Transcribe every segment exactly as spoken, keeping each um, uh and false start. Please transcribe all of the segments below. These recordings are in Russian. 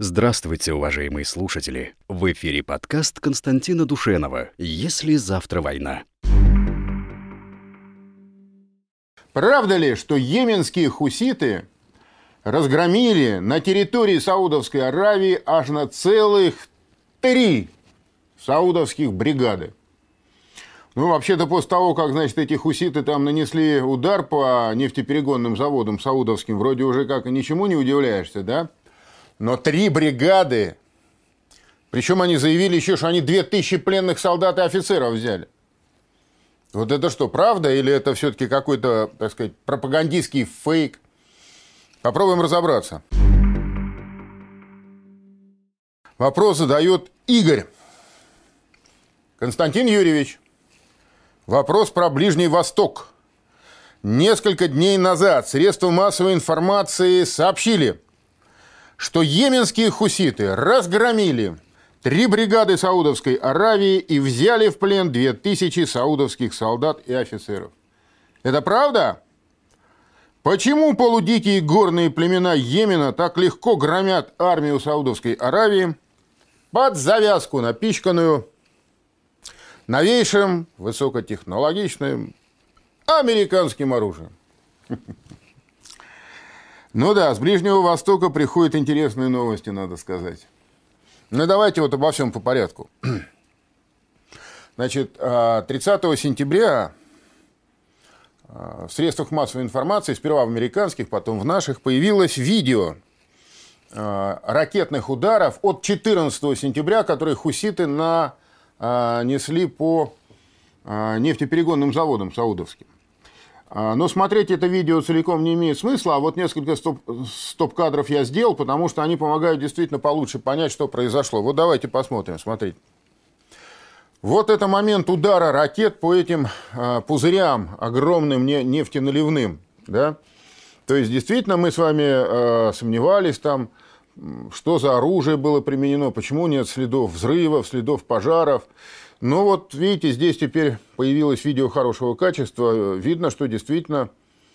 Здравствуйте, уважаемые слушатели! В эфире подкаст Константина Душенова «Если завтра война». Правда ли, что йеменские хуситы разгромили на территории Саудовской Аравии аж на целых три саудовских бригады? Ну, вообще-то, после того, как, значит, эти хуситы там нанесли удар по нефтеперегонным заводам саудовским, вроде уже как и ничему не удивляешься, да? Но три бригады, причем они заявили еще, что они две тысячи пленных солдат и офицеров взяли. Вот это что, правда, или это все-таки какой-то, так сказать, пропагандистский фейк? Попробуем разобраться. Вопрос задает Игорь. Константин Юрьевич, вопрос про Ближний Восток. Несколько дней назад средства массовой информации сообщили, что йеменские хуситы разгромили три бригады Саудовской Аравии и взяли в плен две тысячи саудовских солдат и офицеров. Это правда? Почему полудикие горные племена Йемена так легко громят армию Саудовской Аравии под завязку, напичканную новейшим, высокотехнологичным американским оружием? Ну да, с Ближнего Востока приходят интересные новости, надо сказать. Ну давайте вот обо всем по порядку. Значит, тридцатого сентября в средствах массовой информации, сперва в американских, потом в наших, появилось видео ракетных ударов от четырнадцатого сентября, которые хуситы нанесли по нефтеперегонным заводам саудовским. Но смотреть это видео целиком не имеет смысла, а вот несколько стоп, стоп-кадров я сделал, потому что они помогают действительно получше понять, что произошло. Вот давайте посмотрим, смотрите. Вот это момент удара ракет по этим а, пузырям огромным не, нефтеналивным. Да? То есть, действительно, мы с вами а, сомневались там, что за оружие было применено, почему нет следов взрывов, следов пожаров. Ну вот, видите, здесь теперь появилось видео хорошего качества. Видно, что действительно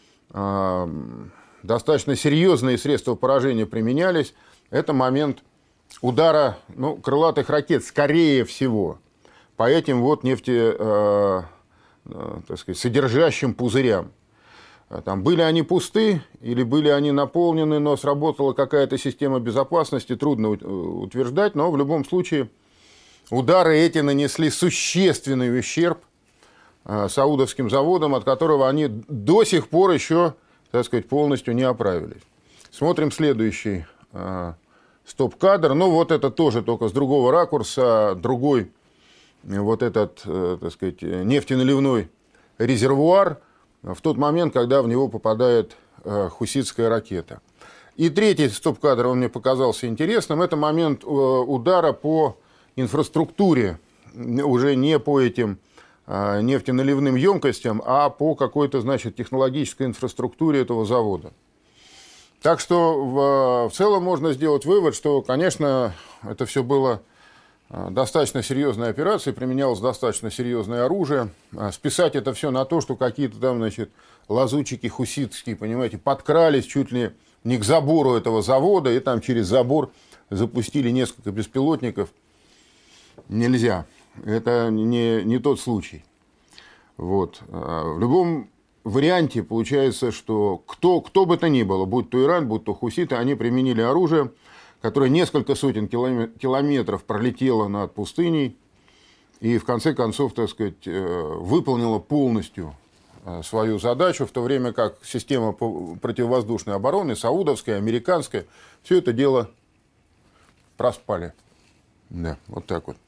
э, достаточно серьезные средства поражения применялись. Это момент удара ну, крылатых ракет, скорее всего, по этим вот нефте, э, э, так сказать, содержащим пузырям. Там были они пусты или были они наполнены, но сработала какая-то система безопасности, трудно утверждать, но в любом случае удары эти нанесли существенный ущерб э, саудовским заводам, от которого они до сих пор еще, так сказать, полностью не оправились. Смотрим следующий э, стоп-кадр. Ну, вот это тоже только с другого ракурса, другой вот этот, э, так сказать, нефтеналивной резервуар в тот момент, когда в него попадает э, хуситская ракета. И третий стоп-кадр, он мне показался интересным, это момент э, удара по инфраструктуре, уже не по этим а, нефтеналивным емкостям, а по какой-то, значит, технологической инфраструктуре этого завода. Так что в, в целом можно сделать вывод, что, конечно, это все было достаточно серьезная операция, применялось достаточно серьезное оружие. Списать это все на то, что какие-то там, значит, лазутчики хуситские, понимаете, подкрались чуть ли не к забору этого завода и там через забор запустили несколько беспилотников. Нельзя. Это не, не тот случай. Вот. В любом варианте получается, что кто, кто бы то ни было, будь то Иран, будь то хуситы, они применили оружие, которое несколько сотен километров пролетело над пустыней и в конце концов, так сказать, выполнило полностью свою задачу, в то время как система противовоздушной обороны, саудовская, американская, все это дело проспали. Да, вот так вот.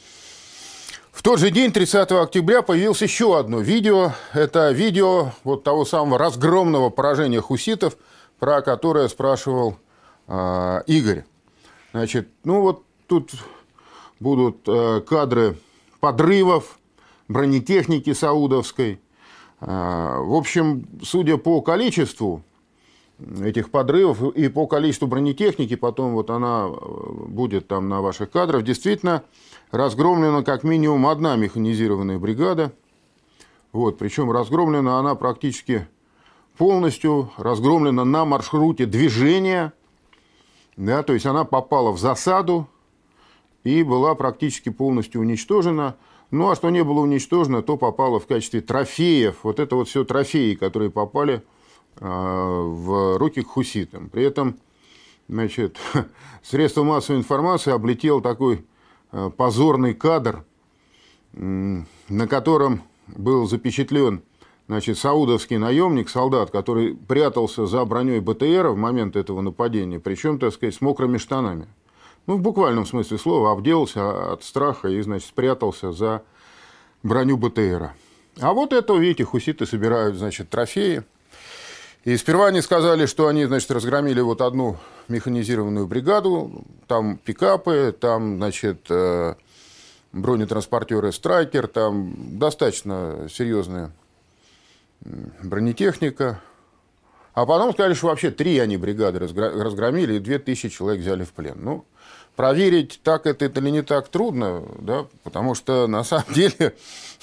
В тот же день, тридцатого октября, появилось еще одно видео. Это видео вот того самого разгромного поражения хуситов, про которое спрашивал э, Игорь. Значит, ну вот тут будут э, кадры подрывов бронетехники саудовской. Э, в общем, судя по количеству этих подрывов и по количеству бронетехники, потом вот она будет там на ваших кадрах, действительно разгромлена как минимум одна механизированная бригада. Вот, причем разгромлена она практически полностью, разгромлена на маршруте движения Да, то есть она попала в засаду и была практически полностью уничтожена. Ну, а что не было уничтожено, то попало в качестве трофеев. Вот это вот все трофеи, которые попали э, в руки к хуситам. При этом, значит, средства массовой информации облетел такой э, позорный кадр, э, на котором был запечатлен, значит, саудовский наемник, солдат, который прятался за броней БТРа в момент этого нападения, причем, так сказать, с мокрыми штанами. Ну, в буквальном смысле слова, обделался от страха и, значит, спрятался за броню БТРа. А вот это, видите, хуситы собирают, значит, трофеи. И сперва они сказали, что они, значит, разгромили вот одну механизированную бригаду, там пикапы, там, значит, бронетранспортеры «Страйкер», там достаточно серьезная бронетехника. А потом сказали, что вообще три они бригады разгромили и две тысячи человек взяли в плен. Ну, проверить, так это или не так, трудно, да, потому что на самом деле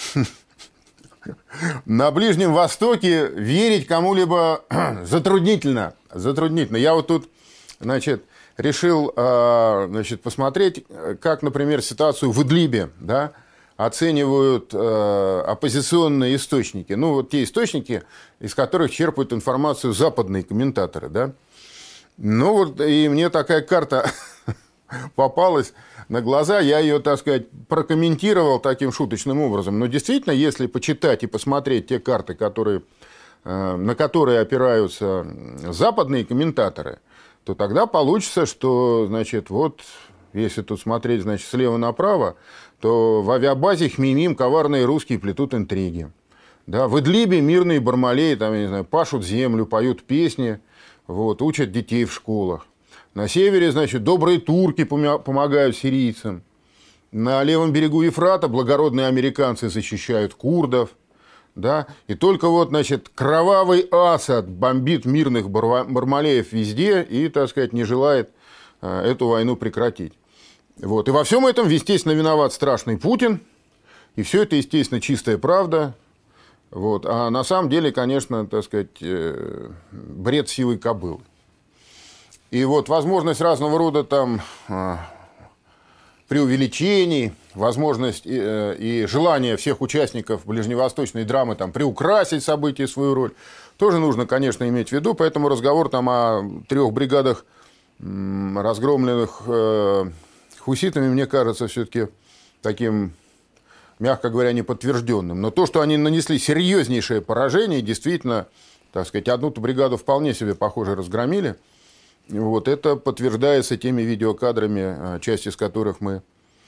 на Ближнем Востоке верить кому-либо затруднительно. Затруднительно. Я вот тут, значит, решил, значит, посмотреть, как, например, ситуацию в Идлибе, да, оценивают оппозиционные источники. Ну, вот те источники, из которых черпают информацию западные комментаторы, да. Ну, вот и мне такая карта попалась на глаза, я ее, так сказать, прокомментировал таким шуточным образом. Но действительно, если почитать и посмотреть те карты, которые, на которые опираются западные комментаторы, то тогда получится, что, значит, вот, если тут смотреть, значит, слева направо, то в авиабазе Хмимим коварные русские плетут интриги. Да, в Идлибе мирные бармалеи, там, я не знаю, пашут землю, поют песни, вот, учат детей в школах. На севере, значит, добрые турки помогают сирийцам. На левом берегу Ефрата благородные американцы защищают курдов. Да? И только вот, значит, кровавый Асад бомбит мирных бармалеев везде и, так сказать, не желает эту войну прекратить. Вот. И во всем этом, естественно, виноват страшный Путин. И все это, естественно, чистая правда. Вот. А на самом деле, конечно, так сказать, бред сивой кобылы. И вот возможность разного рода там преувеличений, возможность и, и желание всех участников ближневосточной драмы там приукрасить события и свою роль, тоже нужно, конечно, иметь в виду. Поэтому разговор там о трех бригадах, разгромленных хуситами, мне кажется, все-таки таким, мягко говоря, неподтвержденным. Но то, что они нанесли серьезнейшее поражение, действительно, так сказать, одну-то бригаду вполне себе, похоже, разгромили. Вот это подтверждается теми видеокадрами, часть из которых мы,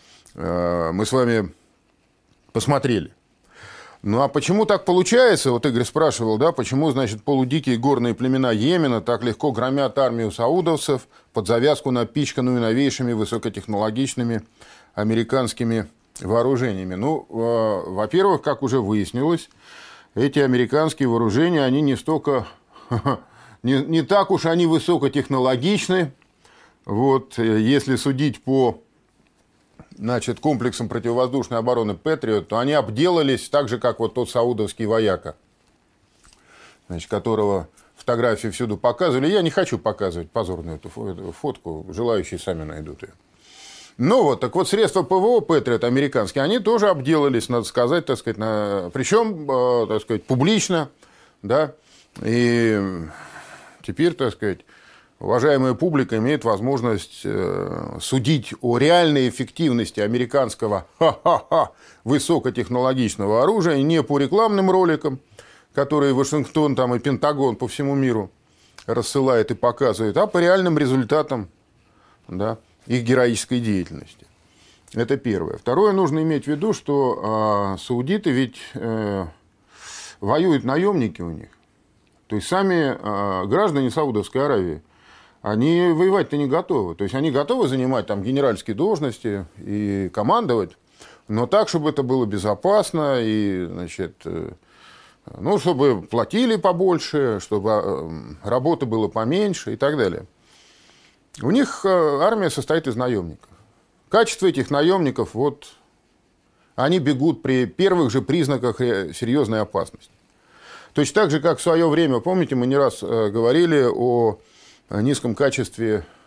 мы с вами посмотрели. Ну, а почему так получается? Вот Игорь спрашивал, да, почему, значит, полудикие горные племена Йемена так легко громят армию саудовцев под завязку, напичканную новейшими высокотехнологичными американскими вооружениями? Ну, во-первых, как уже выяснилось, эти американские вооружения, они не столько... Не, не так уж они высокотехнологичны. Вот, если судить по, значит, комплексам противовоздушной обороны Патриот, то они обделались так же, как вот тот саудовский вояка, значит, которого фотографии всюду показывали. Я не хочу показывать позорную эту фотку, желающие сами найдут ее. Ну вот, так вот, средства ПВО Патриот американские, они тоже обделались, надо сказать, так сказать, на... причем, так сказать, публично, да, и... Теперь, так сказать, уважаемая публика имеет возможность э, судить о реальной эффективности американского ха-ха-ха, высокотехнологичного оружия не по рекламным роликам, которые Вашингтон там, и Пентагон по всему миру рассылает и показывает, а по реальным результатам, да, их героической деятельности. Это первое. Второе, нужно иметь в виду, что э, саудиты ведь э, воюют наемники у них. То есть сами э, граждане Саудовской Аравии, они воевать-то не готовы. То есть они готовы занимать там генеральские должности и командовать, но так, чтобы это было безопасно, и, значит, э, ну, чтобы платили побольше, чтобы э, работы было поменьше и так далее. У них э, армия состоит из наемников. Качество этих наемников, вот, они бегут при первых же признаках серьезной опасности. Точно так же, как в свое время, помните, мы не раз говорили о низком качестве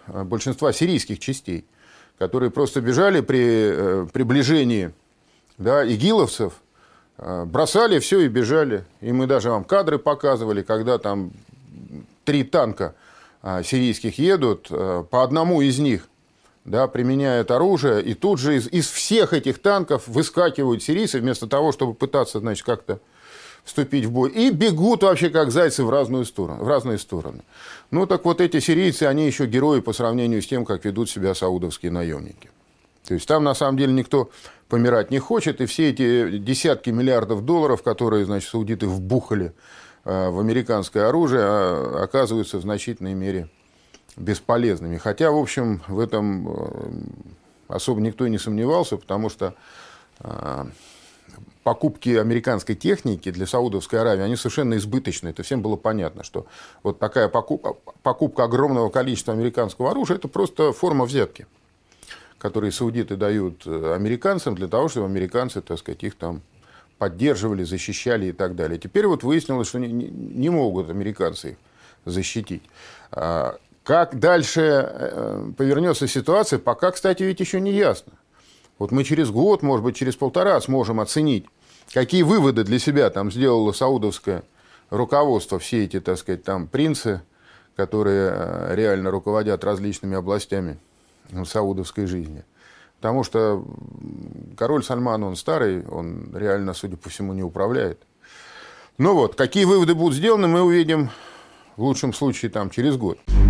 большинства сирийских частей, которые просто бежали при приближении, да, игиловцев, бросали все и бежали. И мы даже вам кадры показывали, когда там три танка сирийских едут, по одному из них, да, применяют оружие, и тут же из, из всех этих танков выскакивают сирийцы, вместо того, чтобы пытаться, значит, как-то вступить в бой, и бегут вообще как зайцы в, разную сторону, в разные стороны. Ну, так вот эти сирийцы, они еще герои по сравнению с тем, как ведут себя саудовские наемники. То есть там, на самом деле, никто помирать не хочет, и все эти десятки миллиардов долларов, которые, значит, саудиты вбухали э, в американское оружие, э, оказываются в значительной мере бесполезными. Хотя, в общем, в этом э, особо никто и не сомневался, потому что э, покупки американской техники для Саудовской Аравии, они совершенно избыточны. Это всем было понятно, что вот такая покупка, покупка огромного количества американского оружия – это просто форма взятки, которые саудиты дают американцам для того, чтобы американцы, так сказать, их там поддерживали, защищали и так далее. Теперь вот выяснилось, что не, не могут американцы их защитить. Как дальше повернется ситуация, пока, кстати, ведь еще не ясно. Вот мы через год, может быть, через полтора сможем оценить, какие выводы для себя там сделало саудовское руководство, все эти, так сказать, там принцы, которые реально руководят различными областями саудовской жизни. Потому что король Сальман, он старый, он реально, судя по всему, не управляет. Ну вот, какие выводы будут сделаны, мы увидим в лучшем случае там через год.